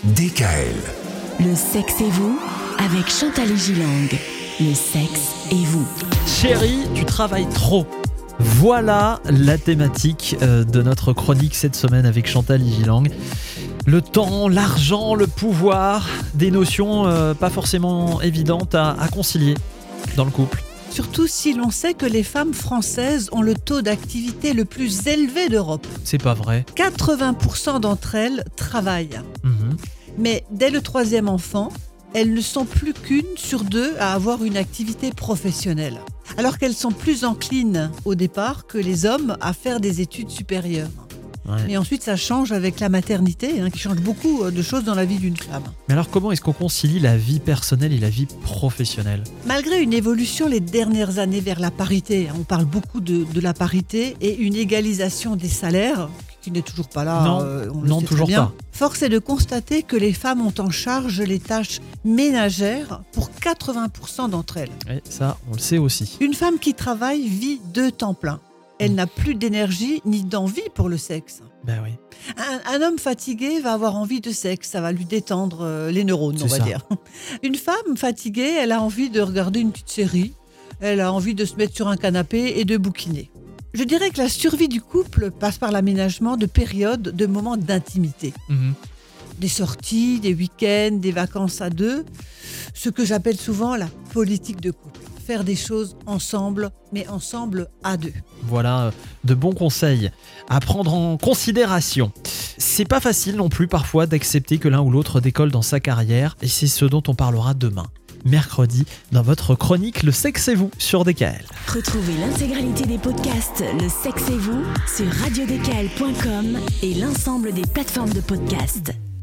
DKL. Le sexe et vous avec Chantal Gilang. Le sexe et vous. Chérie, tu travailles trop. Voilà la thématique de notre chronique cette semaine avec Chantal Gilang. Le temps, l'argent, le pouvoir, des notions pas forcément évidentes à concilier dans le couple. Surtout si l'on sait que les femmes françaises ont le taux d'activité le plus élevé d'Europe. C'est pas vrai. 80% d'entre elles travaillent. Mhm. Mais dès le 3e enfant, elles ne sont plus qu'une sur 2 à avoir une activité professionnelle. Alors qu'elles sont plus enclines au départ que les hommes à faire des études supérieures. Ouais. Mais ensuite, ça change avec la maternité, qui change beaucoup de choses dans la vie d'une femme. Mais alors comment est-ce qu'on concilie la vie personnelle et la vie professionnelle ? Malgré une évolution les dernières années vers la parité, on parle beaucoup de la parité et une égalisation des salaires, qui n'est toujours pas là. On le Non, sait toujours très bien. pas. Force est de constater que les femmes ont en charge les tâches ménagères pour 80% d'entre elles. Et ça, on le sait aussi. Une femme qui travaille vit 2 temps plein. Elle n'a plus d'énergie ni d'envie pour le sexe. Ben oui. Un homme fatigué va avoir envie de sexe, ça va lui détendre les neurones, on C'est va ça. dire. Une femme fatiguée, elle a envie de regarder une petite série, elle a envie de se mettre sur un canapé et de bouquiner. Je dirais que la survie du couple passe par l'aménagement de périodes, de moments d'intimité. Mhm. Des sorties, des week-ends, des vacances à 2, ce que j'appelle souvent la politique de couple. Faire des choses ensemble, mais ensemble à 2. Voilà de bons conseils à prendre en considération. C'est pas facile non plus parfois d'accepter que l'un ou l'autre décolle dans sa carrière et c'est ce dont on parlera demain, mercredi, dans votre chronique Le sexe et vous sur DKL. Retrouvez l'intégralité des podcasts Le sexe et vous sur radiodkl.com et l'ensemble des plateformes de podcasts.